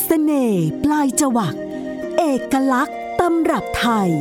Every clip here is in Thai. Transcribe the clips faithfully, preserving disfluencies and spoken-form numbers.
เสน่ห์ปลายจวักเอกลักษณ์ตำรับไทย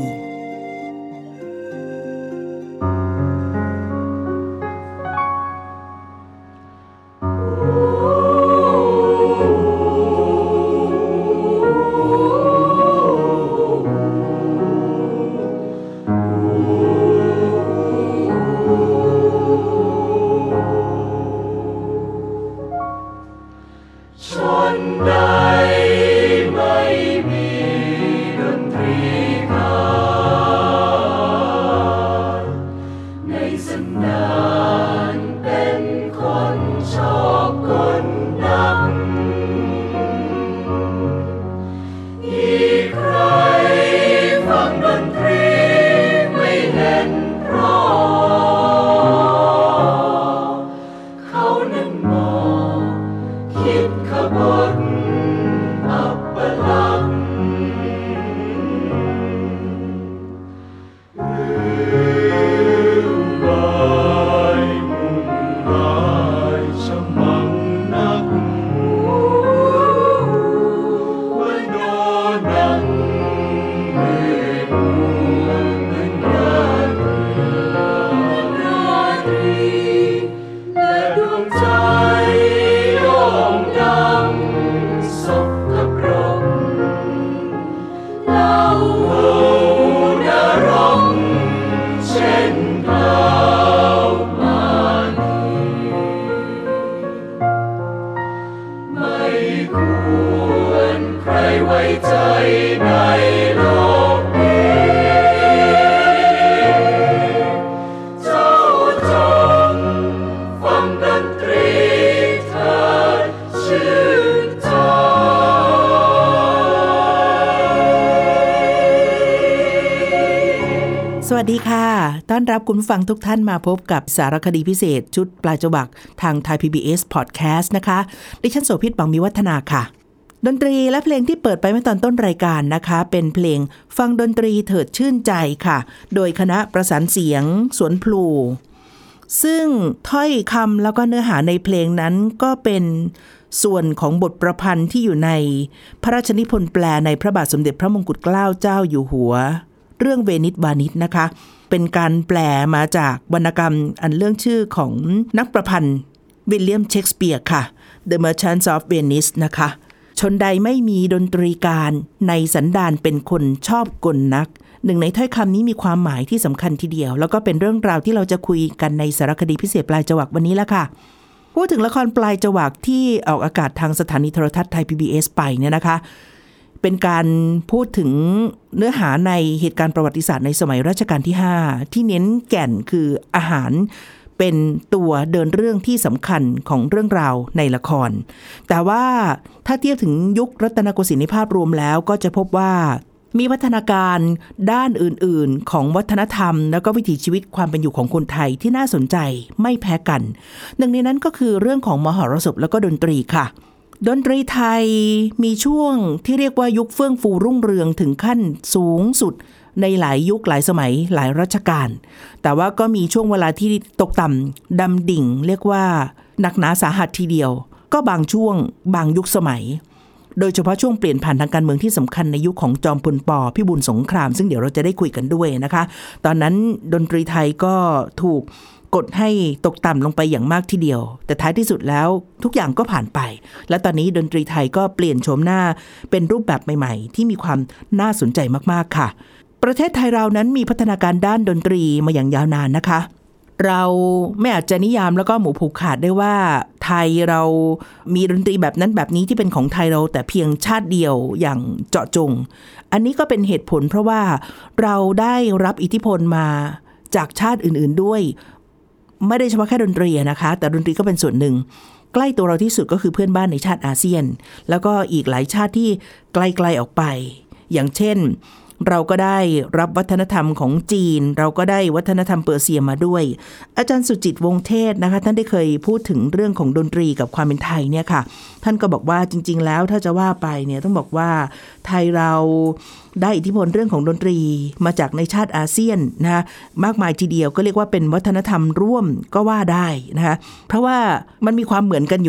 สวัสดีค่ะต้อนรับคุณผู้ฟังทุกท่านมาพบกับสารคดีพิเศษชุดปลายจวักทาง Thai พี บี เอส Podcast นะคะดิฉันโสภิต บังมีวัฒนาค่ะดนตรีและเพลงที่เปิดไปเมื่อตอนต้นรายการนะคะเป็นเพลงฟังดนตรีเถิดชื่นใจค่ะโดยคณะประสานเสียงสวนพลูซึ่งถ้อยคำแล้วก็เนื้อหาในเพลงนั้นก็เป็นส่วนของบทประพันธ์ที่อยู่ในพระราชนิพนธ์แปลในพระบาทสมเด็จพระมงกุฎเกล้าเจ้าอยู่หัวเรื่องเวนิสวานิสนะคะเป็นการแปลมาจากวรรณกรรมอันเรื่องชื่อของนักประพันธ์วิลเลียมเชกสเปียร์ค่ะ The Merchant of Venice นะคะชนใดไม่มีดนตรีการในสันดานเป็นคนชอบกลนักหนึ่งในถ้อยคำนี้มีความหมายที่สำคัญทีเดียวแล้วก็เป็นเรื่องราวที่เราจะคุยกันในสารคดีพิเศษปลายจวักวันนี้ละค่ะพูดถึงละครปลายจวักที่ออกอากาศทางสถานีโทรทัศน์ไทย พี บี เอส ไปเนี่ยนะคะเป็นการพูดถึงเนื้อหาในเหตุการณ์ประวัติศาสตร์ในสมัยรัชกาลที่ห้าที่เน้นแก่นคืออาหารเป็นตัวเดินเรื่องที่สำคัญของเรื่องราวในละครแต่ว่าถ้าเทียบถึงยุครัตนโกสินทร์ในภาพรวมแล้วก็จะพบว่ามีพัฒนาการด้านอื่นๆของวัฒนธรรมแล้วก็วิถีชีวิตความเป็นอยู่ของคนไทยที่น่าสนใจไม่แพ้กันหนึ่งในนั้นก็คือเรื่องของมหรสพแล้วก็ดนตรีค่ะดนตรีไทยมีช่วงที่เรียกว่ายุคเฟื่องฟูรุ่งเรืองถึงขั้นสูงสุดในหลายยุคหลายสมัยหลายรัชกาลแต่ว่าก็มีช่วงเวลาที่ตกต่ำดำดิ่งเรียกว่าหนักหนาสาหัสทีเดียวก็บางช่วงบางยุคสมัยโดยเฉพาะช่วงเปลี่ยนผ่านทางการเมืองที่สำคัญในยุคของจอมพลป.พิบูลสงครามซึ่งเดี๋ยวเราจะได้คุยกันด้วยนะคะตอนนั้นดนตรีไทยก็ถูกกดให้ตกต่ำลงไปอย่างมากทีเดียวแต่ท้ายที่สุดแล้วทุกอย่างก็ผ่านไปและตอนนี้ดนตรีไทยก็เปลี่ยนโฉมหน้าเป็นรูปแบบใหม่ๆที่มีความน่าสนใจมากๆค่ะประเทศไทยเรานั้นมีพัฒนาการด้านดนตรีมาอย่างยาวนานนะคะเราไม่อาจจะนิยามแล้วก็หมู่ผูกขาดได้ว่าไทยเรามีดนตรีแบบนั้นแบบนี้ที่เป็นของไทยเราแต่เพียงชาติเดียวอย่างเจาะจงอันนี้ก็เป็นเหตุผลเพราะว่าเราได้รับอิทธิพลมาจากชาติอื่นๆด้วยไม่ได้เฉพาะแค่ดนตรีนะคะแต่ดนตรีก็เป็นส่วนหนึ่งใกล้ตัวเราที่สุดก็คือเพื่อนบ้านในชาติอาเซียนแล้วก็อีกหลายชาติที่ไกลๆออกไปอย่างเช่นเราก็ได้รับวัฒนธรรมของจีนเราก็ได้วัฒนธรรมเปอร์เซียมาด้วยอาจารย์สุจิตวงศ์เทศนะคะท่านได้เคยพูดถึงเรื่องของดนตรีกับความเป็นไทยเนี่ยค่ะท่านก็บอกว่าจริงๆแล้วถ้าจะว่าไปเนี่ยต้องบอกว่าไทยเราได้อิทธิพลเรื่องของดนตรีมาจากในชาติอาเซียนนะมากมายทีเดียวก็เรียกว่าเป็นวัฒนธรรมร่วมก็ว่าได้นะคะเพราะว่ามันมีความเหมือนกันอยู่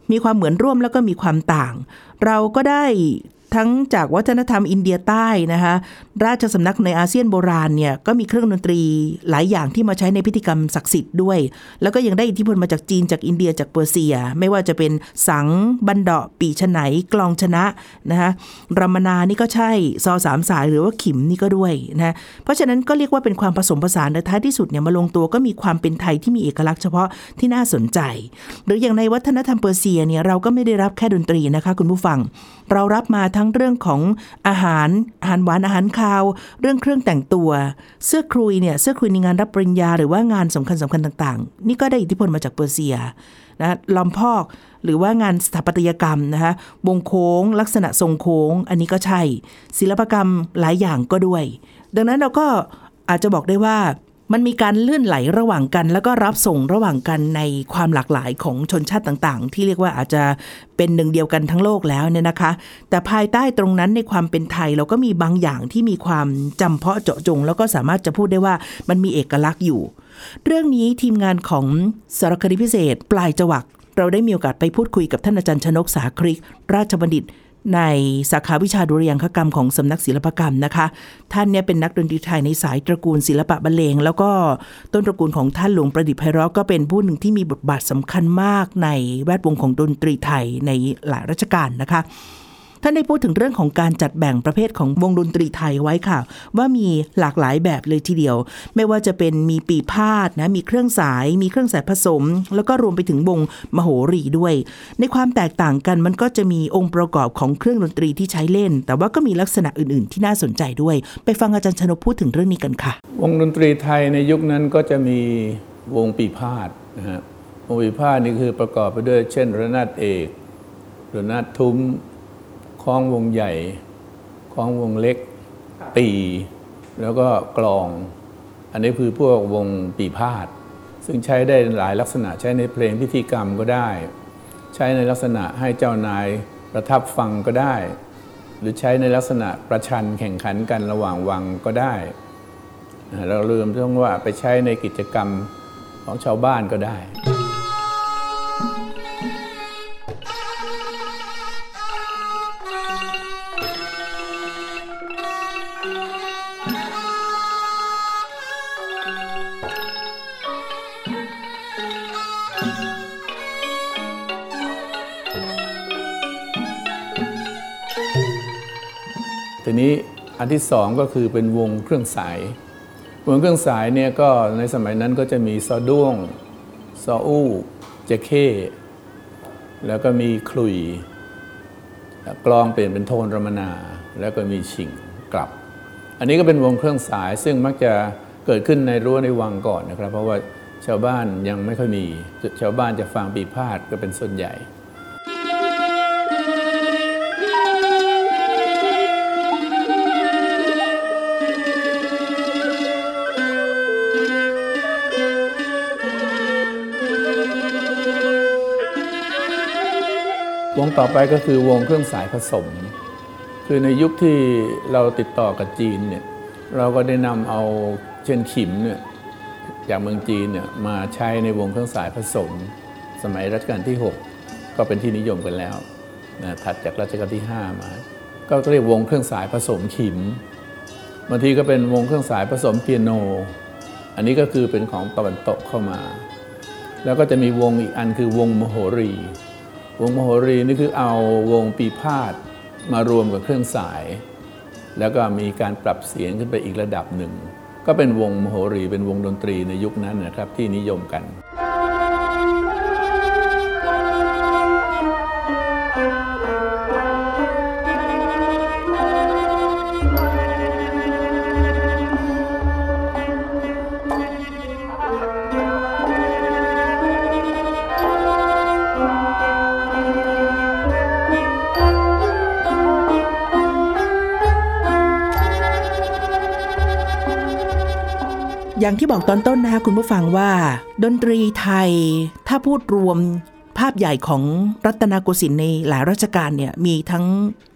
มีความเหมือนร่วมแล้วก็มีความต่างเราก็ได้ทั้งจากวัฒนธรรมอินเดียใต้นะคะราชสำนักในอาเซียนโบราณเนี่ยก็มีเครื่องดนตรีหลายอย่างที่มาใช้ในพิธีกรรมศักดิ์สิทธิ์ด้วยแล้วก็ยังได้อิทธิพลมาจากจีนจากอินเดียจากเปอร์เซียไม่ว่าจะเป็นสังบันเดาะปีฉไนกลองชนะนะคะรัมมนานี่ก็ใช่ซอสามสายหรือว่าขิมนี่ก็ด้วยนะเพราะฉะนั้นก็เรียกว่าเป็นความผสมผสานในท้ายที่สุดเนี่ยมาลงตัวก็มีความเป็นไทยที่มีเอกลักษณ์เฉพาะที่น่าสนใจหรืออย่างในวัฒนธรรมเปอร์เซียเนี่ยเราก็ไม่ได้รับแค่ดนตรีนะคะคุณผู้ฟังเรารับมาทั้งเรื่องของอาหารอาหารหวานอาหารคาวเรื่องเครื่องแต่งตัวเสื้อคลุยเนี่ยเสื้อคลุยในงานรับปริญญาหรือว่างานสำคัญสำคัญต่างๆนี่ก็ได้อิทธิพลมาจากเปอร์เซียนะลำพอกหรือว่างานสถาปัตยกรรมนะคะวงโค้งลักษณะทรงโค้งอันนี้ก็ใช่ศิลปกรรมหลายอย่างก็ด้วยดังนั้นเราก็อาจจะบอกได้ว่ามันมีการเลื่อนไหลระหว่างกันแล้วก็รับส่งระหว่างกันในความหลากหลายของชนชาติต่างๆที่เรียกว่าอาจจะเป็นหนึ่งเดียวกันทั้งโลกแล้วเนี่ยนะคะแต่ภายใต้ตรงนั้นในความเป็นไทยเราก็มีบางอย่างที่มีความจำเพาะเจาะจงแล้วก็สามารถจะพูดได้ว่ามันมีเอกลักษณ์อยู่เรื่องนี้ทีมงานของสารคดีพิเศษปลายจวักเราได้มีโอกาสไปพูดคุยกับท่านอาจารย์ชนกสาคริกราชบัณฑิตในสาขาวิชาดุริยางคกรรมของสำนักศิลปกรรมนะคะท่านเนี่ยเป็นนักดนตรีไทยในสายตระกูลศิลปะบรรเลงแล้วก็ต้นตระกูลของท่านหลวงประดิษฐ์ไพเราะก็เป็นผู้หนึ่งที่มีบทบาทสำคัญมากในแวดวงของดนตรีไทยในหลายรัชกาลนะคะท่านได้พูดถึงเรื่องของการจัดแบ่งประเภทของวงดนตรีไทยไว้ค่ะว่ามีหลากหลายแบบเลยทีเดียวไม่ว่าจะเป็นมีปีพาทย์นะมีเครื่องสายมีเครื่องสายผสมแล้วก็รวมไปถึงวงมโหรีด้วยในความแตกต่างกันมันก็จะมีองค์ประกอบของเครื่องดนตรีที่ใช้เล่นแต่ว่าก็มีลักษณะอื่นๆที่น่าสนใจด้วยไปฟังอาจารย์ชนกพูดถึงเรื่องนี้กันค่ะวงดนตรีไทยในยุคนั้นก็จะมีวงปีพาทย์นะฮะวงปีพาทย์นี่คือประกอบไปด้วยเช่นระนาดเอกระนาดทุ้มคล้องวงใหญ่คล้องวงเล็กตีแล้วก็กลองอันนี้คือพวกวงปีพาทย์ซึ่งใช้ได้หลายลักษณะใช้ในเพลงพิธีกรรมก็ได้ใช้ในลักษณะให้เจ้านายประทับฟังก็ได้หรือใช้ในลักษณะประชันแข่งขันกันระหว่างวังก็ได้เราลืมต้องว่าไปใช้ในกิจกรรมของชาวบ้านก็ได้ทีนี้อันที่สองก็คือเป็นวงเครื่องสายวงเครื่องสายเนี่ยก็ในสมัยนั้นก็จะมีซอด้วงซออู้เจเข้ แล้วก็มีขลุ่ยกลองเปลี่ยนเป็นโทนรมนาแล้วก็มีฉิงกลับอันนี้ก็เป็นวงเครื่องสายซึ่งมักจะเกิดขึ้นในรั้วในวังก่อนนะครับเพราะว่าชาวบ้านยังไม่ค่อยมีชาวบ้านจะฟังปีพาทย์ก็เป็นส่วนใหญ่วงต่อไปก็คือวงเครื่องสายผสมคือในยุคที่เราติดต่อกับจีนเนี่ยเราก็ได้นำเอาเช่นขิมเนี่ยจากเมืองจีนเนี่ยมาใช้ในวงเครื่องสายผสมสมัยรัชกาลที่หกก็เป็นที่นิยมกันแล้วนะถัดจากรัชกาลที่ห้ามาก็เรียกวงเครื่องสายผสมขิมบางทีก็เป็นวงเครื่องสายผสมเปียโนอันนี้ก็คือเป็นของตะวันตกเข้ามาแล้วก็จะมีวงอีกอันคือวงมโหรีวงมโหรีนี่คือเอาวงปีพาทย์มารวมกับเครื่องสายแล้วก็มีการปรับเสียงขึ้นไปอีกระดับหนึ่งก็เป็นวงมโหรีเป็นวงดนตรีในยุคนั้นนะครับที่นิยมกันอย่างที่บอกตอนต้นนะคะคุณผู้ฟังว่าดนตรีไทยถ้าพูดรวมภาพใหญ่ของรัตนโกสินทร์ในหลายรัชกาลเนี่ยมีทั้ง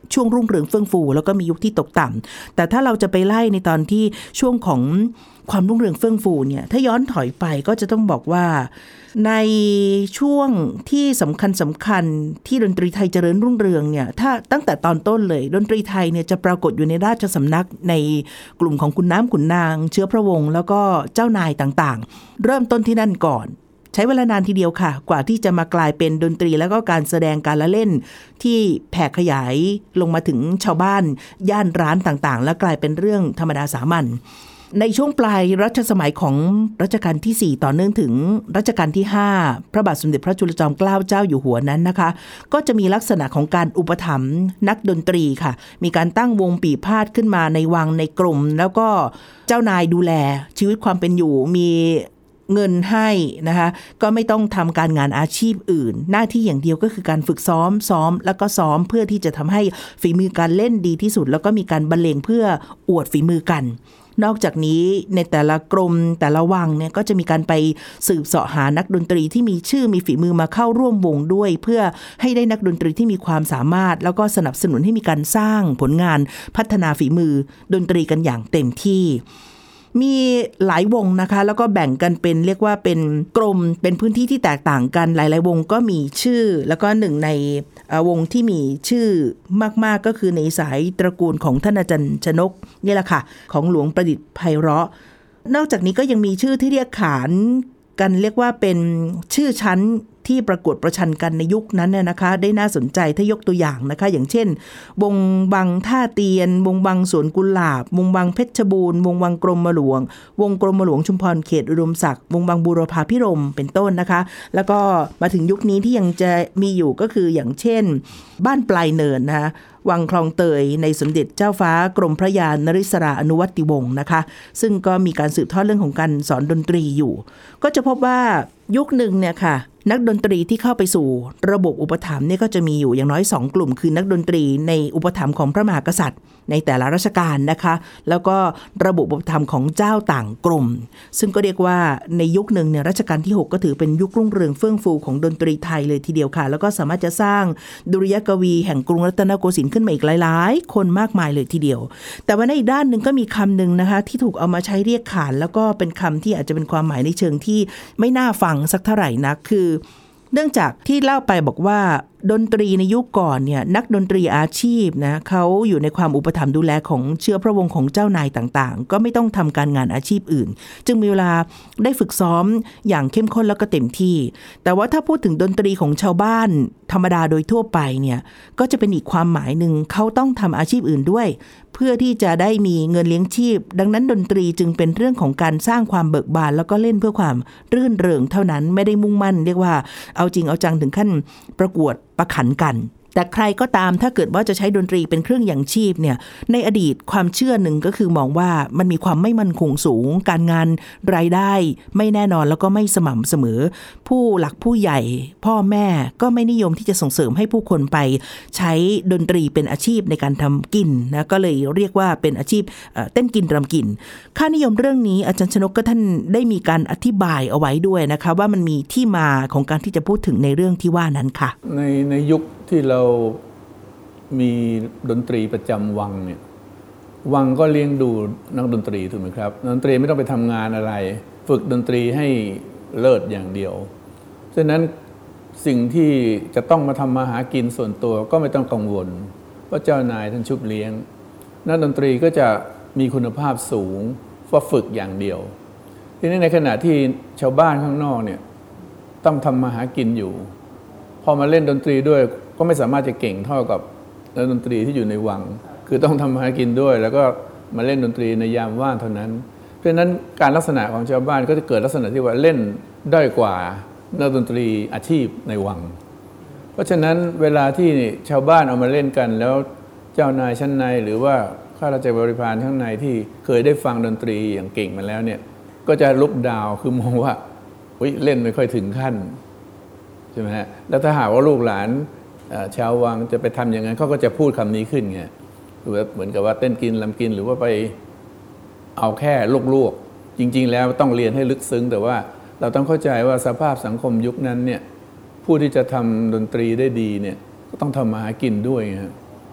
ช่วงรุ่งเรืองเฟื่องฟูแล้วก็มียุคที่ตกต่ำแต่ถ้าเราจะไปไล่ในตอนที่ช่วงของความรุ่งเรืองเฟื่องฟูเนี่ยถ้าย้อนถอยไปก็จะต้องบอกว่าในช่วงที่สำคัญสำคัญที่ดนตรีไทยเจริญรุ่งเรืองเนี่ยถ้าตั้งแต่ตอนต้นเลยดนตรีไทยเนี่ยจะปรากฏอยู่ในราชสำนักในกลุ่มของขุนน้ำขุนนางเชื้อพระวงศ์แล้วก็เจ้านายต่างๆเริ่มต้นที่นั่นก่อนใช้เวลานานทีเดียวค่ะกว่าที่จะมากลายเป็นดนตรีแล้วก็การแสดงการละเล่นที่แผ่ขยายลงมาถึงชาวบ้านย่านร้านต่างๆแล้วกลายเป็นเรื่องธรรมดาสามัญในช่วงปลายรัชสมัยของรัชกาลที่สี่ต่อเนื่องถึงรัชกาลที่ห้าพระบาทสมเด็จพระจุลจอมเกล้าเจ้าอยู่หัวนั้นนะคะก็จะมีลักษณะของการอุปถัมภ์นักดนตรีค่ะมีการตั้งวงปีพาทย์ขึ้นมาในวังในกรมแล้วก็เจ้านายดูแลชีวิตความเป็นอยู่มีเงินให้นะคะก็ไม่ต้องทำการงานอาชีพอื่นหน้าที่อย่างเดียวก็คือการฝึกซ้อมซ้อมแล้วก็ซ้อมเพื่อที่จะทำให้ฝีมือการเล่นดีที่สุดแล้วก็มีการบรรเลงเพื่ออวดฝีมือกันนอกจากนี้ในแต่ละกรมแต่ละวังเนี่ยก็จะมีการไปสืบเสาะหานักดนตรีที่มีชื่อมีฝีมือมาเข้าร่วมวงด้วยเพื่อให้ได้นักดนตรีที่มีความสามารถแล้วก็สนับสนุนให้มีการสร้างผลงานพัฒนาฝีมือดนตรีกันอย่างเต็มที่มีหลายวงนะคะแล้วก็แบ่งกันเป็นเรียกว่าเป็นกรมเป็นพื้นที่ที่แตกต่างกันหลายๆวงก็มีชื่อแล้วก็หนึ่งในวงที่มีชื่อมากๆก็คือในสายตระกูลของท่านอาจารย์ชนกนี่แหละค่ะของหลวงประดิษฐ์ไพเราะนอกจากนี้ก็ยังมีชื่อที่เรียกขานกันเรียกว่าเป็นชื่อชั้นที่ประกวดประชันกันในยุคนั้นเนี่ยนะคะได้น่าสนใจถ้ายกตัวอย่างนะคะอย่างเช่นวงบังท่าเตียนวงบังสวนกุหลาบวงบังเพชรบูรณ์วงบังกรมหลวงวงกรมหลวงชุมพรเขตอุดมศักดิ์วงบังบูรพาภิรมย์เป็นต้นนะคะแล้วก็มาถึงยุคนี้ที่ยังจะมีอยู่ก็คืออย่างเช่นบ้านปลายเนินนะคะวังคลองเตยในสมเด็จเจ้าฟ้ากรมพระยานริศราอนุวัติวงศ์นะคะซึ่งก็มีการสืบทอดเรื่องของการสอนดนตรีอยู่ก็จะพบว่ายุคหนึ่งเนี่ยค่ะนักดนตรีที่เข้าไปสู่ระบบอุปถัมภ์เนี่ยก็จะมีอยู่อย่างน้อยสองกลุ่มคือนักดนตรีในอุปถัมภ์ของพระมหากษัตริย์ในแต่ละราชการนะคะแล้วก็ระบบอุปถัมภ์ของเจ้าต่างกรมซึ่งก็เรียกว่าในยุคหนึ่งเนี่ยรัชกาลที่หกก็ถือเป็นยุครุ่งเรืองเฟื่องฟูของดนตรีไทยเลยทีเดียวค่ะแล้วก็สามารถจะสร้างดุริยกวีแห่งกรุงรัตนโกสินทร์ขึ้นมาอีกหลายๆคนมากมายเลยทีเดียวแต่ว่าในอีกด้านนึงก็มีคำหนึ่งนะคะที่ถูกเอามาใช้เรียกขานแล้วก็เป็นคำที่อาจจะเป็นความหมายในเชิงที่ไม่น่าฟังสักเท่าไหร่นักคือเนื่องจากที่เล่าไปบอกว่าดนตรีในยุคก่อนเนี่ยนักดนตรีอาชีพนะเขาอยู่ในความอุปถัมภ์ดูแลของเชื้อพระวงศ์ของเจ้านายต่างๆก็ไม่ต้องทำการงานอาชีพอื่นจึงมีเวลาได้ฝึกซ้อมอย่างเข้มข้นแล้วก็เต็มที่แต่ว่าถ้าพูดถึงดนตรีของชาวบ้านธรรมดาโดยทั่วไปเนี่ยก็จะเป็นอีกความหมายหนึ่งเขาต้องทำอาชีพอื่นด้วยเพื่อที่จะได้มีเงินเลี้ยงชีพดังนั้นดนตรีจึงเป็นเรื่องของการสร้างความเบิกบานแล้วก็เล่นเพื่อความรื่นเริงเท่านั้นไม่ได้มุ่งมั่นเรียกว่าเอาจริงเอาจังถึงขั้นประกวดประขันกันแต่ใครก็ตามถ้าเกิดว่าจะใช้ดนตรีเป็นเครื่องยังชีพเนี่ยในอดีตความเชื่อหนึ่งก็คือมองว่ามันมีความไม่มั่นคงสูงการงานรายได้ไม่แน่นอนแล้วก็ไม่สม่ำเสมอผู้หลักผู้ใหญ่พ่อแม่ก็ไม่นิยมที่จะส่งเสริมให้ผู้คนไปใช้ดนตรีเป็นอาชีพในการทำกินนะก็เลยเรียกว่าเป็นอาชีพเต้นกินรำกินค่านิยมเรื่องนี้อาจารย์ชนกก็ท่านได้มีการอธิบายเอาไว้ด้วยนะคะว่ามันมีที่มาของการที่จะพูดถึงในเรื่องที่ว่านั้นค่ะในในยุคที่เรามีดนตรีประจำวังเนี่ยวังก็เลี้ยงดูนักดนตรีถูกไหมครับดนตรีไม่ต้องไปทำงานอะไรฝึกดนตรีให้เลิศอย่างเดียวฉะนั้นสิ่งที่จะต้องมาทำมาหากินส่วนตัวก็ไม่ต้องกังวลเพราะเจ้านายท่านชุบเลี้ยงนักดนตรีก็จะมีคุณภาพสูงเพราะฝึกอย่างเดียวทีนี้ในขณะที่ชาวบ้านข้างนอกเนี่ยต้องทำมาหากินอยู่พอมาเล่นดนตรีด้วยก็ไม่สามารถจะเก่งเท่ากับนักดนตรีที่อยู่ในวังคือต้องทำมาหากินด้วยแล้วก็มาเล่นดนตรีในยามว่างเท่านั้นเพราะฉะนั้นการลักษณะของชาวบ้านก็จะเกิดลักษณะที่ว่าเล่นด้อยกว่านักดนตรีอาชีพในวังเพราะฉะนั้นเวลาที่ชาวบ้านเอามาเล่นกันแล้วเจ้านายชั้นในหรือว่าข้าราชบริพารข้างในที่เคยได้ฟังดนตรีอย่างเก่งมาแล้วเนี่ยก็จะลุกดาวคือมองว่าเล่นไม่ค่อยถึงขั้นใช่ไหมฮะแล้วถ้าหากว่าลูกหลานชาววังจะไปทำอย่างนั้นเขาก็จะพูดคำนี้ขึ้นไงเหมือนกับว่าเต้นกินลำกินหรือว่าไปเอาแค่ลวกๆจริงๆแล้วต้องเรียนให้ลึกซึ้งแต่ว่าเราต้องเข้าใจว่าสภาพสังคมยุคนั้นเนี่ยผู้ที่จะทำดนตรีได้ดีเนี่ยก็ต้องทำมาหากินด้วยนะ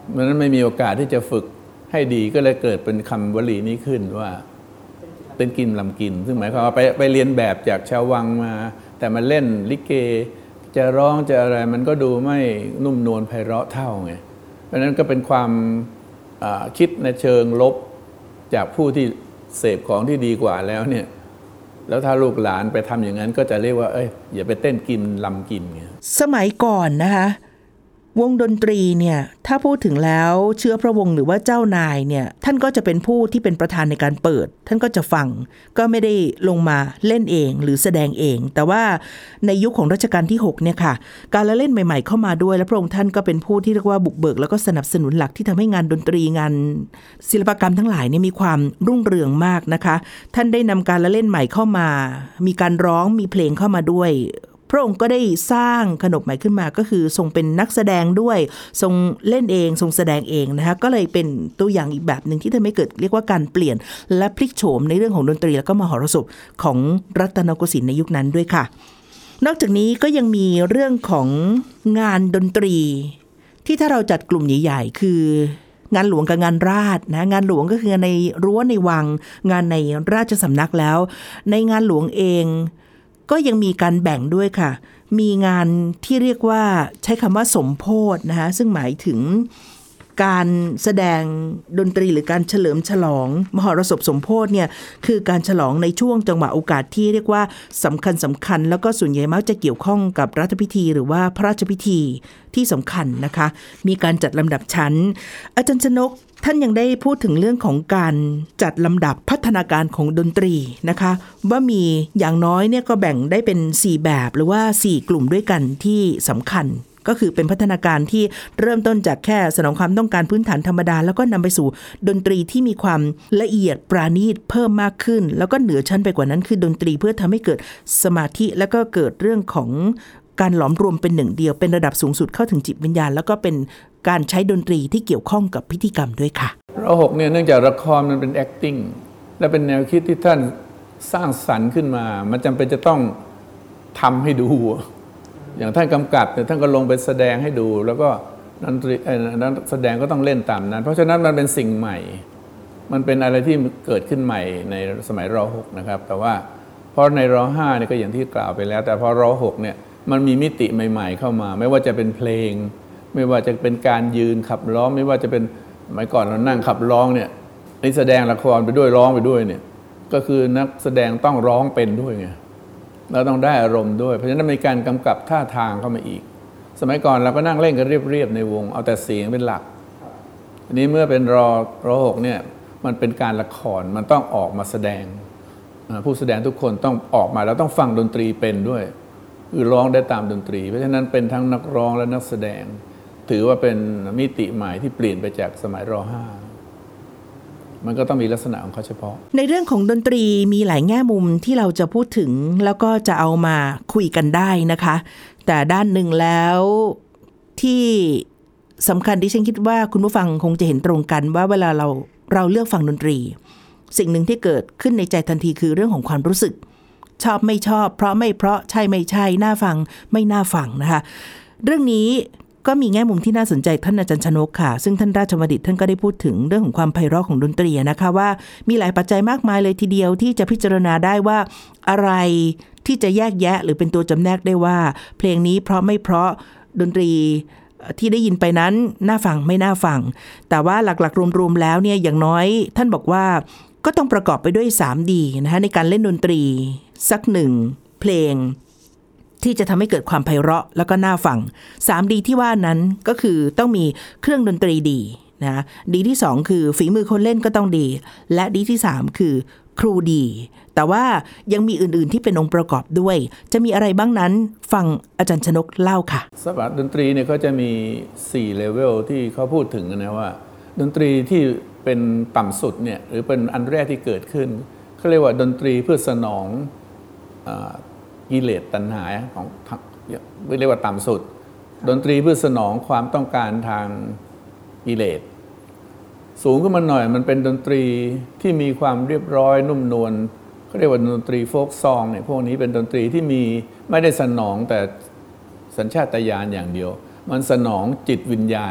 เพราะฉะนั้นไม่มีโอกาสที่จะฝึกให้ดีก็เลยเกิดเป็นคำวลีนี้ขึ้นว่าเต้นกินลำกินซึ่งหมายความว่าไปไปเรียนแบบจากชาววังมาแต่มาเล่นลิเกจะร้องจะอะไรมันก็ดูไม่นุ่มนวลไพเราะเท่าไงเพราะฉะนั้นก็เป็นความคิดในเชิงลบจากผู้ที่เสพของที่ดีกว่าแล้วเนี่ยแล้วถ้าลูกหลานไปทำอย่างนั้นก็จะเรียกว่าเอ้ยอย่าไปเต้นกินลำกินไงสมัยก่อนนะคะวงดนตรีเนี่ยถ้าพูดถึงแล้วเชื้อพระวงศ์หรือว่าเจ้านายเนี่ยท่านก็จะเป็นผู้ที่เป็นประธานในการเปิดท่านก็จะฟังก็ไม่ได้ลงมาเล่นเองหรือแสดงเองแต่ว่าในยุคของรัชกาลที่หกเนี่ยค่ะการละเล่นใหม่ๆเข้ามาด้วยและพระองค์ท่านก็เป็นผู้ที่เรียกว่าบุกเบิกแล้วก็สนับสนุนหลักที่ทำให้งานดนตรีงานศิลปกรรมทั้งหลายเนี่ยมีความรุ่งเรืองมากนะคะท่านได้นำการละเล่นใหม่เข้ามามีการร้องมีเพลงเข้ามาด้วยพระองค์ก็ได้สร้างขนบใหม่ขึ้นมาก็คือทรงเป็นนักแสดงด้วยทรงเล่นเองทรงแสดงเองนะคะก็เลยเป็นตัวอย่างอีกแบบหนึ่งที่ทำให้เกิดเรียกว่าการเปลี่ยนและพลิกโฉมในเรื่องของดนตรีแล้วก็มหรสพของรัตนโกสินทร์ในยุคนั้นด้วยค่ะนอกจากนี้ก็ยังมีเรื่องของงานดนตรีที่ถ้าเราจัดกลุ่มใหญ่ๆคืองานหลวงกับงานราชนะงานหลวงก็คืองานในรั้วในวังงานในราชสำนักแล้วในงานหลวงเองก็ยังมีการแบ่งด้วยค่ะมีงานที่เรียกว่าใช้คำว่าสมโพธินะคะซึ่งหมายถึงการแสดงดนตรีหรือการเฉลิมฉลองมหรสพสมโพธิเนี่ยคือการฉลองในช่วงจังหวะโอกาสที่เรียกว่าสำคัญสำคัญแล้วก็ส่วนใหญ่มักจะเกี่ยวข้องกับรัฐพิธีหรือว่าพระราชพิธีที่สำคัญนะคะมีการจัดลำดับชั้นอาจารย์ชนกท่านยังได้พูดถึงเรื่องของการจัดลำดับพัฒนาการของดนตรีนะคะว่ามีอย่างน้อยเนี่ยก็แบ่งได้เป็นสี่แบบหรือว่าสี่กลุ่มด้วยกันที่สำคัญก็คือเป็นพัฒนาการที่เริ่มต้นจากแค่สนองความต้องการพื้นฐานธรรมดาแล้วก็นำไปสู่ดนตรีที่มีความละเอียดปราณีตเพิ่มมากขึ้นแล้วก็เหนือชั้นไปกว่านั้นคือดนตรีเพื่อทำให้เกิดสมาธิแล้วก็เกิดเรื่องของการหลอมรวมเป็นหนึ่งเดียวเป็นระดับสูงสุดเข้าถึงจิตวิญญาณแล้วก็เป็นการใช้ดนตรีที่เกี่ยวข้องกับพิธีกรรมด้วยค่ะรหกเนี่ยเนื่องจากละครมันเป็น acting และเป็นแนวคิดที่ท่านสร้างสรรค์ขึ้นมามันจำเป็นจะต้องทำให้ดูอย่างท่านกำกับเนี่ยท่านก็ลงไปแสดงให้ดูแล้วก็นักดนตรีนักแสดงก็ต้องเล่นตามนั้นเพราะฉะนั้นมันเป็นสิ่งใหม่มันเป็นอะไรที่เกิดขึ้นใหม่ในสมัยรหกนะครับแต่ว่าเพราะในรห้าเนี่ยก็อย่างที่กล่าวไปแล้วแต่พอรหกเนี่ยมันมีมิติใหม่ๆเข้ามาไม่ว่าจะเป็นเพลงไม่ว่าจะเป็นการยืนขับร้องไม่ว่าจะเป็นสมัยก่อนเรานั่งขับร้องเนี่ยนี่แสดงละครไปด้วยร้องไปด้วยเนี่ยก็คือนักแสดงต้องร้องเป็นด้วยไงเราต้องได้อารมณ์ด้วยเพราะฉะนั้นมีการกำกับท่าทางเข้ามาอีกสมัยก่อนเราก็นั่งเล่นกันเรียบๆในวงเอาแต่เสียงเป็นหลักทีนี้เมื่อเป็นรอรหกเนี่ยมันเป็นการละครมันต้องออกมาแสดงผู้แสดงทุกคนต้องออกมาแล้วต้องฟังดนตรีเป็นด้วยคือร้องได้ตามดนตรีเพราะฉะนั้นเป็นทั้งนักร้องและนักแสดงถือว่าเป็นมิติใหม่ที่เปลี่ยนไปจากสมัยรห้ามันก็ต้องมีลักษณะของเขาเฉพาะในเรื่องของดนตรีมีหลายแง่มุมที่เราจะพูดถึงแล้วก็จะเอามาคุยกันได้นะคะแต่ด้านหนึ่งแล้วที่สำคัญที่ฉันคิดว่าคุณผู้ฟังคงจะเห็นตรงกันว่าเวลาเราเราเลือกฟังดนตรีสิ่งหนึ่งที่เกิดขึ้นในใจทันทีคือเรื่องของความรู้สึกชอบไม่ชอบเพราะไม่เพราะใช่ไม่ใช่น่าฟังไม่น่าฟังนะคะเรื่องนี้ก็มีแง่มุมที่น่าสนใจท่านอาจารย์ชนกค่ะซึ่งท่านราชบัณฑิตท่านก็ได้พูดถึงเรื่องของความไพเราะของดนตรีนะคะว่ามีหลายปัจจัยมากมายเลยทีเดียวที่จะพิจารณาได้ว่าอะไรที่จะแยกแยะหรือเป็นตัวจำแนกได้ว่าเพลงนี้เพราะไม่เพราะดนตรีที่ได้ยินไปนั้นน่าฟังไม่น่าฟังแต่ว่าหลักๆรวมๆแล้วเนี่ยอย่างน้อยท่านบอกว่าก็ต้องประกอบไปด้วย ทรี ดี นะคะในการเล่นดนตรีสักหนึ่งเพลงที่จะทำให้เกิดความไพเราะแล้วก็น่าฟัง ทรี ดี ที่ว่านั้นก็คือต้องมีเครื่องดนตรีดีนะดีที่สองคือฝีมือคนเล่นก็ต้องดีและดีที่สามคือครูดีแต่ว่ายังมีอื่นๆที่เป็นองค์ประกอบด้วยจะมีอะไรบ้างนั้นฟังอาจารย์ชนกเล่าค่ะสำหรับดนตรีเนี่ยก็จะมีสี่เลเวลที่เขาพูดถึงนะว่าดนตรีที่เป็นต่ำสุดเนี่ยหรือเป็นอันแรกที่เกิดขึ้นเขาเรียกว่าดนตรีเพื่อสนองกิเลสตัณหาของเรียกว่าต่ำสุดดนตรีเพื่อสนองความต้องการทางกิเลสสูงขึ้นมาหน่อยมันเป็นดนตรีที่มีความเรียบร้อยนุ่มนวลเขาเรียกว่าดนตรีโฟล์กซองเนี่ยพวกนี้เป็นดนตรีที่มีไม่ได้สนองแต่สัญชาตญาณอย่างเดียวมันสนองจิตวิญญาณ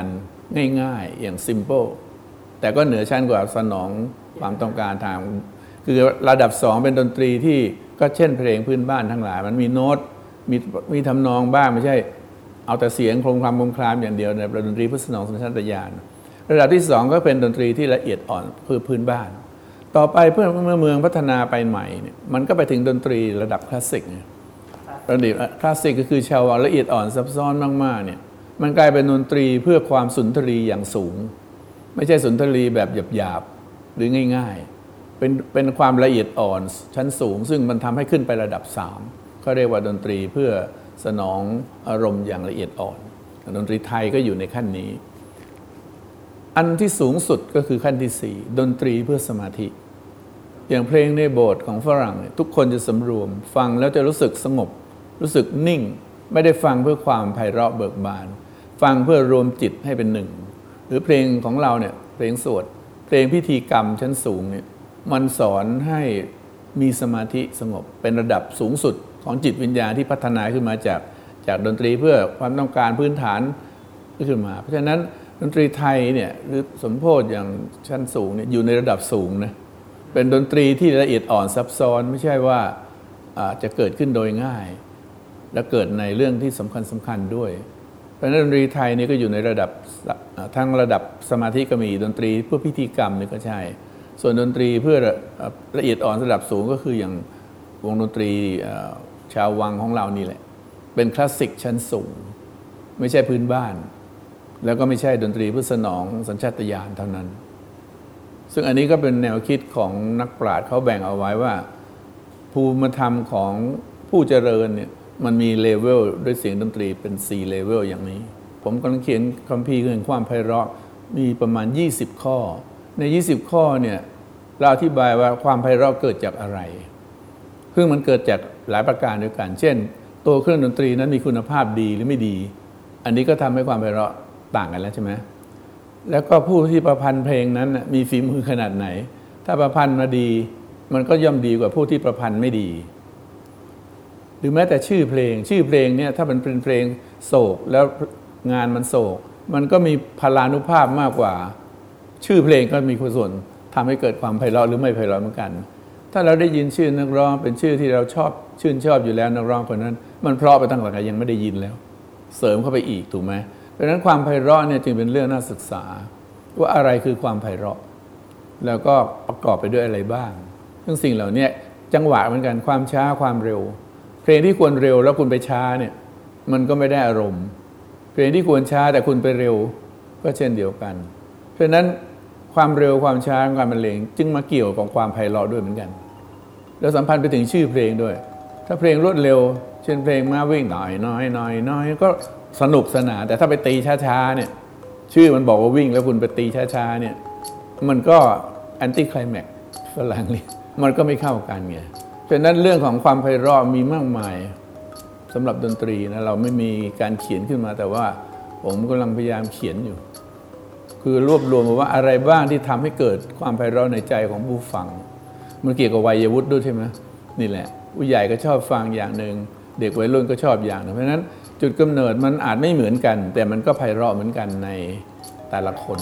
ง่ายๆอย่าง simple แต่ก็เหนือชั้นกว่าสนองความต้องการทางคือระดับสองเป็นดนตรีที่ก็เช่นเพลงพื้นบ้านทั้งหลายมันมีโน้ตมีมีทำนองบ้างไม่ใช่เอาแต่เสียงโครงคลามโครงคลามอย่างเดียวในดนตรีเพื่อสนองสัญชาตญาณระดับที่สองก็เป็นดนตรีที่ละเอียดอ่อนคือพื้นบ้านต่อไปเพื่อเมื่อเมืองพัฒนาไปใหม่เนี่ยมันก็ไปถึงดนตรีระดับคลาสสิกระดับคลาสสิกก็คือชาวละเอียดอ่อนซับซ้อนมากๆเนี่ยมันกลายเป็นดนตรีเพื่อความสุนทรีอย่างสูงไม่ใช่สุนทรีแบบหยาบๆหรือง่ายๆเป็นเป็นความละเอียดอ่อนชั้นสูงซึ่งมันทำให้ขึ้นไประดับสามเขาเรียกว่าดนตรีเพื่อสนองอารมณ์อย่างละเอียดอ่อนดนตรีไทยก็อยู่ในขั้นนี้อันที่สูงสุดก็คือขั้นที่สี่ดนตรีเพื่อสมาธิอย่างเพลงในโบสถ์ของฝรั่งทุกคนจะสำรวมฟังแล้วจะรู้สึกสงบรู้สึกนิ่งไม่ได้ฟังเพื่อความไพเราะเบิกบานฟังเพื่อรวมจิตให้เป็นหนึ่งหรือเพลงของเราเนี่ยเพลงสวดเพลงพิธีกรรมชั้นสูงเนี่ยมันสอนให้มีสมาธิสงบเป็นระดับสูงสุดของจิตวิญญาณที่พัฒนาขึ้นมาจากจากดนตรีเพื่อความต้องการพื้นฐานขึ้นมาเพราะฉะนั้นดนตรีไทยเนี่ยหรือสมโภชอย่างชั้นสูงเนี่ยอยู่ในระดับสูงนะเป็นดนตรีที่ละเอียดอ่อนซับซ้อนไม่ใช่ว่าจะเกิดขึ้นโดยง่ายและเกิดในเรื่องที่สำคัญสำคัญด้วยเพราะฉะนั้นดนตรีไทยนี่ก็อยู่ในระดับทั้งระดับสมาธิก็มีดนตรีเพื่อพิธีกรรมนี่ก็ใช่ส่วนดนตรีเพื่อละเอียดอ่อนระดับสูงก็คืออย่างวงดนตรีชาววังของเรานี่แหละเป็นคลาสสิกชั้นสูงไม่ใช่พื้นบ้านแล้วก็ไม่ใช่ดนตรีเพื่อสนองสัญชาตญาณเท่านั้นซึ่งอันนี้ก็เป็นแนวคิดของนักปราชญ์เขาแบ่งเอาไว้ว่าภูมิธรรมของผู้เจริญเนี่ยมันมีเลเวลด้วยเสียงดนตรีเป็นสี่เลเวลอย่างนี้ผมกำลังเขียนคัมภีร์แห่งความไพเราะมีประมาณยี่สิบข้อในยี่สิบข้อเนี่ยเราอธิบายว่าความไพเราะเกิดจากอะไรซึ่งมันเกิดจากหลายประการด้วยกันเช่นตัวเครื่องดนตรีนั้นมีคุณภาพดีหรือไม่ดีอันนี้ก็ทำให้ความไพเราะต่างกันแล้วใช่ไหมแล้วก็ผู้ที่ประพันธ์เพลงนั้นมีฝีมือขนาดไหนถ้าประพันธ์มาดีมันก็ย่อมดีกว่าผู้ที่ประพันธ์ไม่ดีหรือแม้แต่ชื่อเพลงชื่อเพลงเนี่ยถ้ามันเป็นเพลงโศกแล้วงานมันโศกมันก็มีพลานุภาพมากกว่าชื่อเพลงก็มีส่วนทำให้เกิดความไพเราะหรือไม่ไพเราะเหมือนกันถ้าเราได้ยินชื่อนักร้องเป็นชื่อที่เราชอบชื่นชอบอยู่แล้วนักร้องคนนั้นมันเพราะไปตั้งแต่ยังไม่ได้ยินแล้วเสริมเข้าไปอีกถูกไหมเพราะฉะนั้นความไพเราะเนี่ยจึงเป็นเรื่องน่าศึกษาว่าอะไรคือความไพเราะแล้วก็ประกอบไปด้วยอะไรบ้างซึ่งสิ่งเหล่านี้จังหวะเหมือนกันความช้าความเร็วเพลงที่ควรเร็วแล้วคุณไปช้าเนี่ยมันก็ไม่ได้อารมณ์เพลงที่ควรช้าแต่คุณไปเร็วก็เช่นเดียวกันเพราะฉะนั้นความเร็วความช้าความบรรเลงจึงมาเกี่ยวกับความไพเราะด้วยเหมือนกันแล้วสัมพันธ์ไปถึงชื่อเพลงด้วยถ้าเพลงรวดเร็วเช่นเพลงมาวิ่งหน่อยน้อยน้อยน้อยก็สนุกสนานแต่ถ้าไปตีช้าๆเนี่ยชื่อมันบอกว่าวิ่งแล้วคุณไปตีช้าๆเนี่ยมันก็แอนตี้ไคลแม็กซ์ฝรั่งเรียกมันก็ไม่เข้ากันไงเพราะนั้นเรื่องของความไพเราะมีมากมายสำหรับดนตรีนะเราไม่มีการเขียนขึ้นมาแต่ว่าผมกำลังพยายามเขียนอยู่คือรวบรวมว่าอะไรบ้างที่ทำให้เกิดความไพเราะในใจของผู้ฟังมันเกี่ยวกับวัยวุฒิด้วยใช่ไหมนี่แหละผู้ใหญ่ก็ชอบฟังอย่างหนึ่งเด็กวัยรุ่นก็ชอบอย่างหนึ่งเพราะฉะนั้นจุดกำเนิดมันอาจไม่เหมือนกันแต่มันก็ไพเราะเหมือนกันในแต่ละคน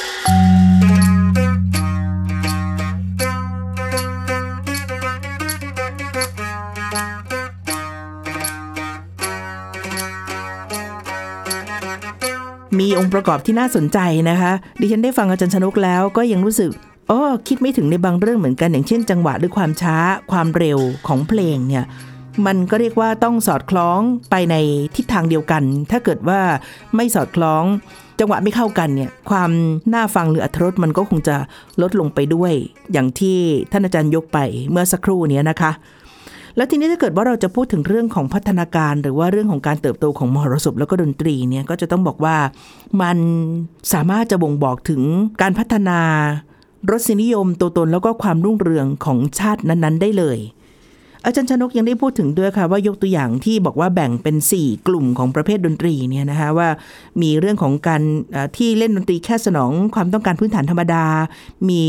มีองค์ประกอบที่น่าสนใจนะคะดิฉันได้ฟังอาจารย์ชนกแล้วก็ยังรู้สึกอ๋อคิดไม่ถึงในบางเรื่องเหมือนกันอย่างเช่นจังหวะหรือความช้าความเร็วของเพลงเนี่ยมันก็เรียกว่าต้องสอดคล้องไปในทิศทางเดียวกันถ้าเกิดว่าไม่สอดคล้องจังหวะไม่เข้ากันเนี่ยความน่าฟังหรืออรรถรสมันก็คงจะลดลงไปด้วยอย่างที่ท่านอาจารย์ยกไปเมื่อสักครู่นี้นะคะแล้วทีนี้ถ้าเกิดว่าเราจะพูดถึงเรื่องของพัฒนาการหรือว่าเรื่องของการเติบโตของมหรสพแล้วก็ดนตรีเนี่ยก็จะต้องบอกว่ามันสามารถจะบ่งบอกถึงการพัฒนารสนิยมตัวตนแล้วก็ความรุ่งเรืองของชาตินั้นๆได้เลยอาจารย์ชนกยังได้พูดถึงด้วยค่ะว่ายกตัวอย่างที่บอกว่าแบ่งเป็นสี่กลุ่มของประเภทดนตรีเนี่ยนะคะว่ามีเรื่องของการที่เล่นดนตรีแค่สนองความต้องการพื้นฐานธรรมดามี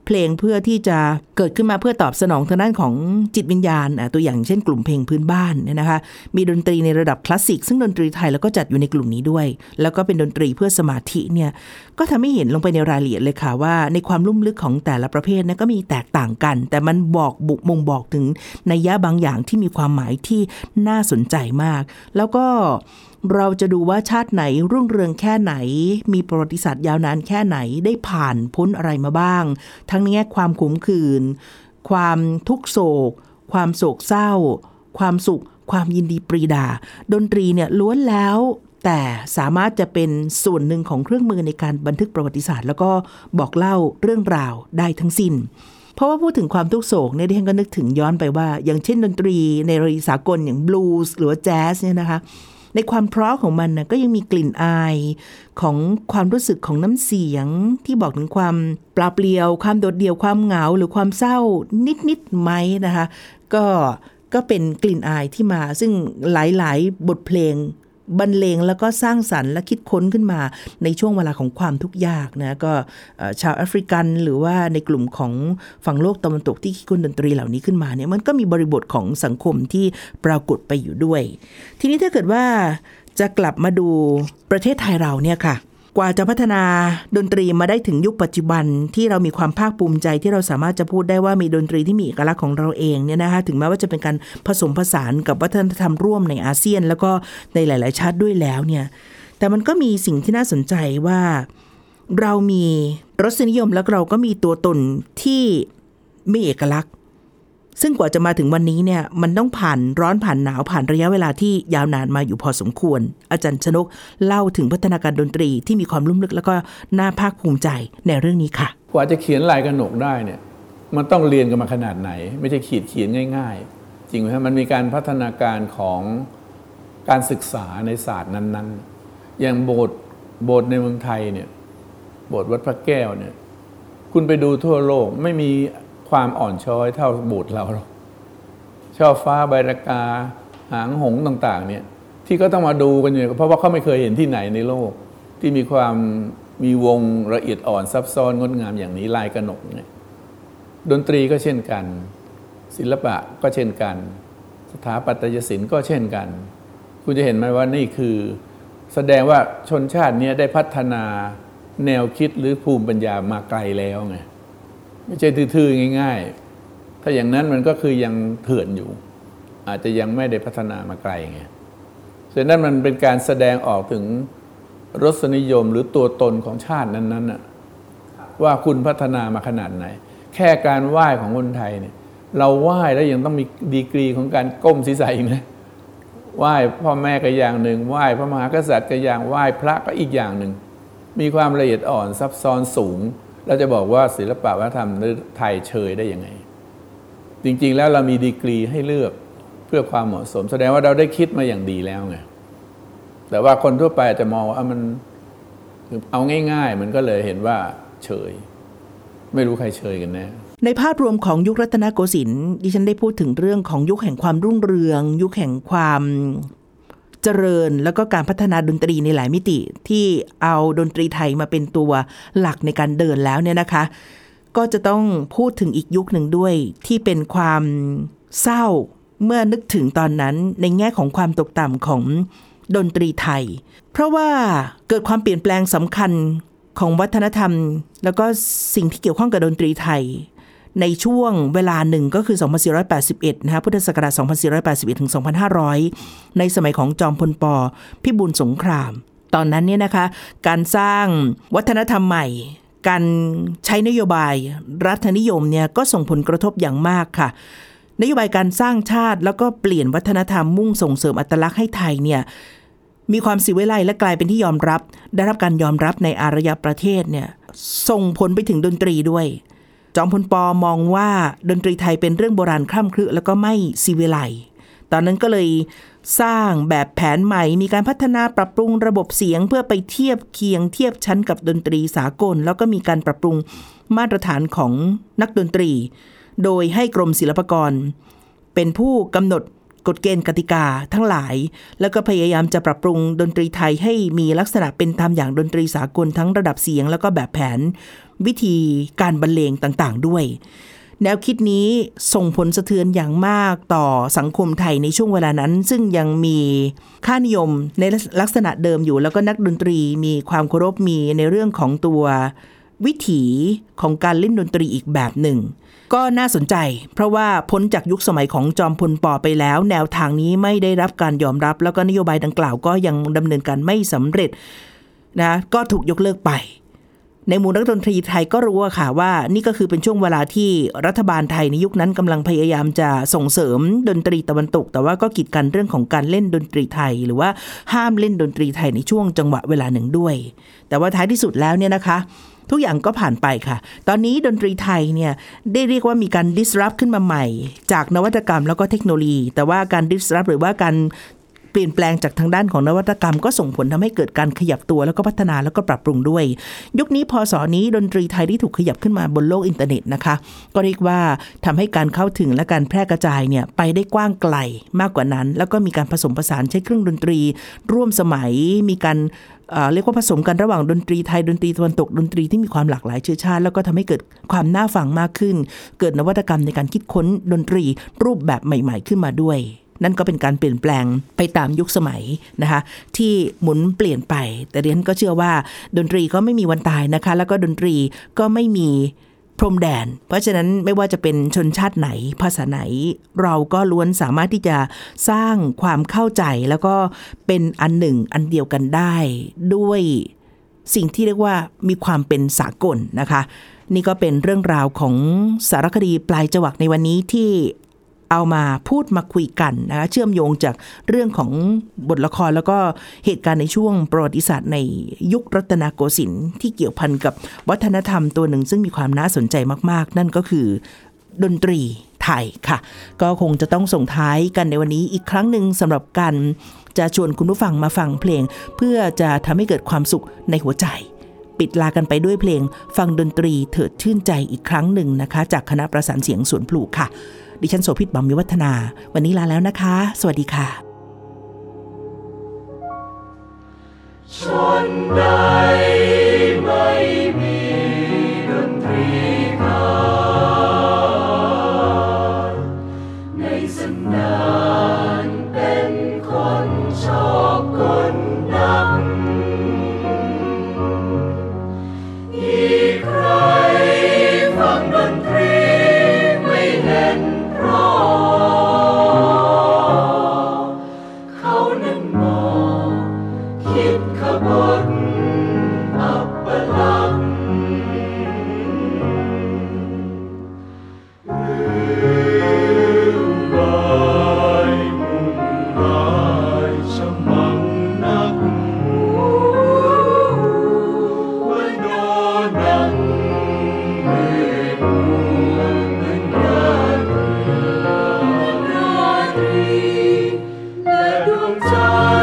เพลงเพื่อที่จะเกิดขึ้นมาเพื่อตอบสนองทางด้านของจิตวิญญาณตัวอย่างเช่นกลุ่มเพลงพื้นบ้านเนี่ยนะคะมีดนตรีในระดับคลาสสิกซึ่งดนตรีไทยแล้วก็จัดอยู่ในกลุ่มนี้ด้วยแล้วก็เป็นดนตรีเพื่อสมาธิเนี่ยก็ทำให้เห็นลงไปในรายละเอียดเลยค่ะว่าในความลุ่มลึกของแต่ละประเภทนะก็มีแตกต่างกันแต่มันบอกบุกมงบอกถึงนัยยะบางอย่างที่มีความหมายที่น่าสนใจมากแล้วก็เราจะดูว่าชาติไหนรุ่งเรืองแค่ไหนมีประวัติศาสตร์ยาวนานแค่ไหนได้ผ่านพ้นอะไรมาบ้างทั้งในแง่ความขมขื่นความทุกโศกความโศกเศร้าความสุขความยินดีปรีดาดนตรีเนี่ยล้วนแล้วแต่สามารถจะเป็นส่วนหนึ่งของเครื่องมือในการบันทึกประวัติศาสตร์แล้วก็บอกเล่าเรื่องราวได้ทั้งสิ้นเพราะว่าพูดถึงความทุกโศกเนี่ยดิฉันก็นึกถึงย้อนไปว่าอย่างเช่นดนตรีในระดับสากลอย่างบลูส์หรือว่าแจ๊สเนี่ยนะคะในความเพราะของมันนะก็ยังมีกลิ่นอายของความรู้สึกของน้ำเสียงที่บอกถึงความเปล่าเปลี่ยวความโดดเดี่ยวความเหงาหรือความเศร้านิดๆไหมนะคะก็ก็เป็นกลิ่นอายที่มาซึ่งหลายๆบทเพลงบรรเลงแล้วก็สร้างสรรค์และคิดค้นขึ้นมาในช่วงเวลาของความทุกข์ยากนะก็ชาวแอฟริกันหรือว่าในกลุ่มของฝั่งโลกตะวันตกที่คิดค้นดนตรีเหล่านี้ขึ้นมาเนี่ยมันก็มีบริบทของสังคมที่ปรากฏไปอยู่ด้วยทีนี้ถ้าเกิดว่าจะกลับมาดูประเทศไทยเราเนี่ยค่ะกว่าจะพัฒนาดนตรีมาได้ถึงยุคปัจจุบันที่เรามีความภาคภูมิใจที่เราสามารถจะพูดได้ว่ามีดนตรีที่มีเอกลักษณ์ของเราเองเนี่ยนะคะถึงแม้ว่าจะเป็นการผสมผสานกับวัฒนธรรมร่วมในอาเซียนแล้วก็ในหลายๆชาติด้วยแล้วเนี่ยแต่มันก็มีสิ่งที่น่าสนใจว่าเรามีรสนิยมแล้วเราก็มีตัวตนที่มีเอกลักษณ์ซึ่งกว่าจะมาถึงวันนี้เนี่ยมันต้องผ่านร้อนผ่านหนาวผ่านระยะเวลาที่ยาวนานมาอยู่พอสมควรอาจารย์ชนกเล่าถึงพัฒนาการดนตรีที่มีความลุ่มลึกแล้วก็น่าภาคภูมิใจในเรื่องนี้ค่ะกว่าจะเขียนลายกนกได้เนี่ยมันต้องเรียนกันมาขนาดไหนไม่ใช่ขีดเขียนง่ายๆจริงไหมครับมันมีการพัฒนาการของการศึกษาในศาสตร์นั้นๆอย่างโบสถ์โบสถ์ในเมืองไทยเนี่ยโบสถ์วัดพระแก้วเนี่ยคุณไปดูทั่วโลกไม่มีความอ่อนช้อยเท่าโบสถ์เราหรอกช่อฟ้าใบรากาหางหงส์ต่างๆเนี่ยที่ก็ต้องมาดูกันอยู่เพราะว่าเขาไม่เคยเห็นที่ไหนในโลกที่มีความมีวงละเอียดอ่อนซับซ้อนงดงามอย่างนี้ลายกนกเนี่ยดนตรีก็เช่นกันศิลปะก็เช่นกันสถาปัตยศิลป์ก็เช่นกันคุณจะเห็นไหมว่านี่คือแสดงว่าชนชาตินี้ได้พัฒนาแนวคิดหรือภูมิปัญญามาไกลแล้วไงไม่ใช่ทื่อๆง่ายๆถ้าอย่างนั้นมันก็คือยังเถื่อนอยู่อาจจะยังไม่ได้พัฒนามาไกลไงฉะนั้นมันเป็นการแสดงออกถึงรสนิยมหรือตัวตนของชาตินั้นๆน่ะว่าคุณพัฒนามาขนาดไหนแค่การไหว้ของคนไทยเนี่ยเราไหว้แล้วยังต้องมีดีกรีของการก้มศีรษะอีกนะไหว้พ่อแม่ก็อย่างหนึ่งไหว้พระมหากษัตริย์ก็อย่างไหว้พระก็อีกอย่างหนึ่งมีความละเอียดอ่อนซับซ้อนสูงเราจะบอกว่าศิลปะวัฒนธรรมไทยเชยได้ยังไงจริงๆแล้วเรามีดีกรีให้เลือกเพื่อความเหมาะสมแสดงว่าเราได้คิดมาอย่างดีแล้วไงแต่ว่าคนทั่วไปอาจจะมองว่ามันเอาง่ายๆมันก็เลยเห็นว่าเฉยไม่รู้ใครเชยกันแน่ในภาพรวมของยุครัตนโกสินทร์ดิฉันได้พูดถึงเรื่องของยุคแห่งความรุ่งเรืองยุคแห่งความเจริญแล้วก็การพัฒนาดนตรีในหลายมิติที่เอาดนตรีไทยมาเป็นตัวหลักในการเดินแล้วเนี่ยนะคะก็จะต้องพูดถึงอีกยุคหนึ่งด้วยที่เป็นความเศร้าเมื่อนึกถึงตอนนั้นในแง่ของความตกต่ำของดนตรีไทยเพราะว่าเกิดความเปลี่ยนแปลงสำคัญของวัฒนธรรมแล้วก็สิ่งที่เกี่ยวข้องกับดนตรีไทยในช่วงเวลาหนึ่งก็คือสองพันสี่ร้อยแปดสิบเอ็ดนะคะพุทธศักราชสองพันสี่ร้อยแปดสิบเอ็ดถึงสองพันห้าร้อยในสมัยของจอมพลป.พิบูลสงครามตอนนั้นเนี่ยนะคะการสร้างวัฒนธรรมใหม่การใช้นโยบายรัฐนิยมเนี่ยก็ส่งผลกระทบอย่างมากค่ะนโยบายการสร้างชาติแล้วก็เปลี่ยนวัฒนธรรมมุ่งส่งเสริมอัตลักษณ์ให้ไทยเนี่ยมีความศิวิไลและกลายเป็นที่ยอมรับได้รับการยอมรับในอารยประเทศเนี่ยส่งผลไปถึงดนตรีด้วยจอมพลป.มองว่าดนตรีไทยเป็นเรื่องโบราณคร่ำครึแล้วก็ไม่ศิวิไลตอนนั้นก็เลยสร้างแบบแผนใหม่มีการพัฒนาปรับปรุงระบบเสียงเพื่อไปเทียบเคียงเทียบชั้นกับดนตรีสากลแล้วก็มีการปรับปรุงมาตรฐานของนักดนตรีโดยให้กรมศิลปากรเป็นผู้กำหนดกฎเกณฑ์กติกาทั้งหลายแล้วก็พยายามจะปรับปรุงดนตรีไทยให้มีลักษณะเป็นตามอย่างดนตรีสากลทั้งระดับเสียงแล้วก็แบบแผนวิธีการบรรเลงต่างๆด้วยแนวคิดนี้ส่งผลสะเทือนอย่างมากต่อสังคมไทยในช่วงเวลานั้นซึ่งยังมีค่านิยมในลักษณะเดิมอยู่แล้วก็นักดนตรีมีความเคารพมีในเรื่องของตัววิถีของการเล่นดนตรีอีกแบบหนึ่งก็น่าสนใจเพราะว่าพ้นจากยุคสมัยของจอมพลป.ไปแล้วแนวทางนี้ไม่ได้รับการยอมรับแล้วก็นโยบายดังกล่าวก็ยังดำเนินการไม่สำเร็จนะก็ถูกยกเลิกไปในหมู่นักดนตรีไทยก็รู้ค่ะว่านี่ก็คือเป็นช่วงเวลาที่รัฐบาลไทยในยุคนั้นกำลังพยายามจะส่งเสริมดนตรีตะวันตกแต่ว่าก็กีดกันเรื่องของการเล่นดนตรีไทยหรือว่าห้ามเล่นดนตรีไทยในช่วงจังหวะเวลาหนึ่งด้วยแต่ว่าท้ายที่สุดแล้วเนี่ยนะคะทุกอย่างก็ผ่านไปค่ะตอนนี้ดนตรีไทยเนี่ยได้เรียกว่ามีการ disrupt ขึ้นมาใหม่จากนวัตกรรมแล้วก็เทคโนโลยีแต่ว่าการ disrupt หรือว่าการเปลี่ยนแปลงจากทางด้านของนวัตกรรมก็ส่งผลทำให้เกิดการขยับตัวแล้วก็พัฒนาแล้วก็ปรับปรุงด้วยยุคนี้พศนี้ดนตรีไทยที่ถูกขยับขึ้นมาบนโลกอินเทอร์เน็ตนะคะก็เรียกว่าทำให้การเข้าถึงและการแพร่กระจายเนี่ยไปได้กว้างไกลมากกว่านั้นแล้วก็มีการผสมผสานใช้เครื่องดนตรีร่วมสมัยมีการเอ่อเรียกว่าผสมกันระหว่างดนตรีไทยดนตรีตะวันตกดนตรีที่มีความหลากหลายเชื้อชาติแล้วก็ทำให้เกิดความน่าฟังมากขึ้นเกิดนวัตกรรมในการคิดค้นดนตรีรูปแบบใหม่ๆขึ้นมาด้วยนั่นก็เป็นการเปลี่ยนแปลงไปตามยุคสมัยนะคะที่หมุนเปลี่ยนไปแต่เรียนก็เชื่อว่าดนตรีก็ไม่มีวันตายนะคะแล้วก็ดนตรีก็ไม่มีพรมแดนเพราะฉะนั้นไม่ว่าจะเป็นชนชาติไหนภาษาไหนเราก็ล้วนสามารถที่จะสร้างความเข้าใจแล้วก็เป็นอันหนึ่งอันเดียวกันได้ด้วยสิ่งที่เรียกว่ามีความเป็นสากลนะคะนี่ก็เป็นเรื่องราวของสารคดีปลายจวักในวันนี้ที่เอามาพูดมาคุยกันนะคะเชื่อมโยงจากเรื่องของบทละครแล้วก็เหตุการณ์ในช่วงประวัติศาสตร์ในยุครัตนโกสินทร์ที่เกี่ยวพันกับวัฒนธรรมตัวหนึ่งซึ่งมีความน่าสนใจมากๆนั่นก็คือดนตรีไทยค่ะก็คงจะต้องส่งท้ายกันในวันนี้อีกครั้งหนึ่งสำหรับการจะชวนคุณผู้ฟังมาฟังเพลงเพื่อจะทำให้เกิดความสุขในหัวใจปิดลากันไปด้วยเพลงฟังดนตรีเถิดชื่นใจอีกครั้งหนึ่งนะคะจากคณะประสานเสียงสวนปลูกค่ะดิฉันโสภิต บัมมิวัฒนาวันนี้ลาแล้วนะคะสวัสดีค่ะชนใดไม่มีดนตรีการในสันดานเป็นคนชอบคนดังอีกใครฟังดนตรีไม่เห็นเขานั้นมองคิดขบฏอัปลักษณ์ลืมบายมุ่งหมายชะมังนักวันโดนังเวทมนต์ราตรีและดวงใจ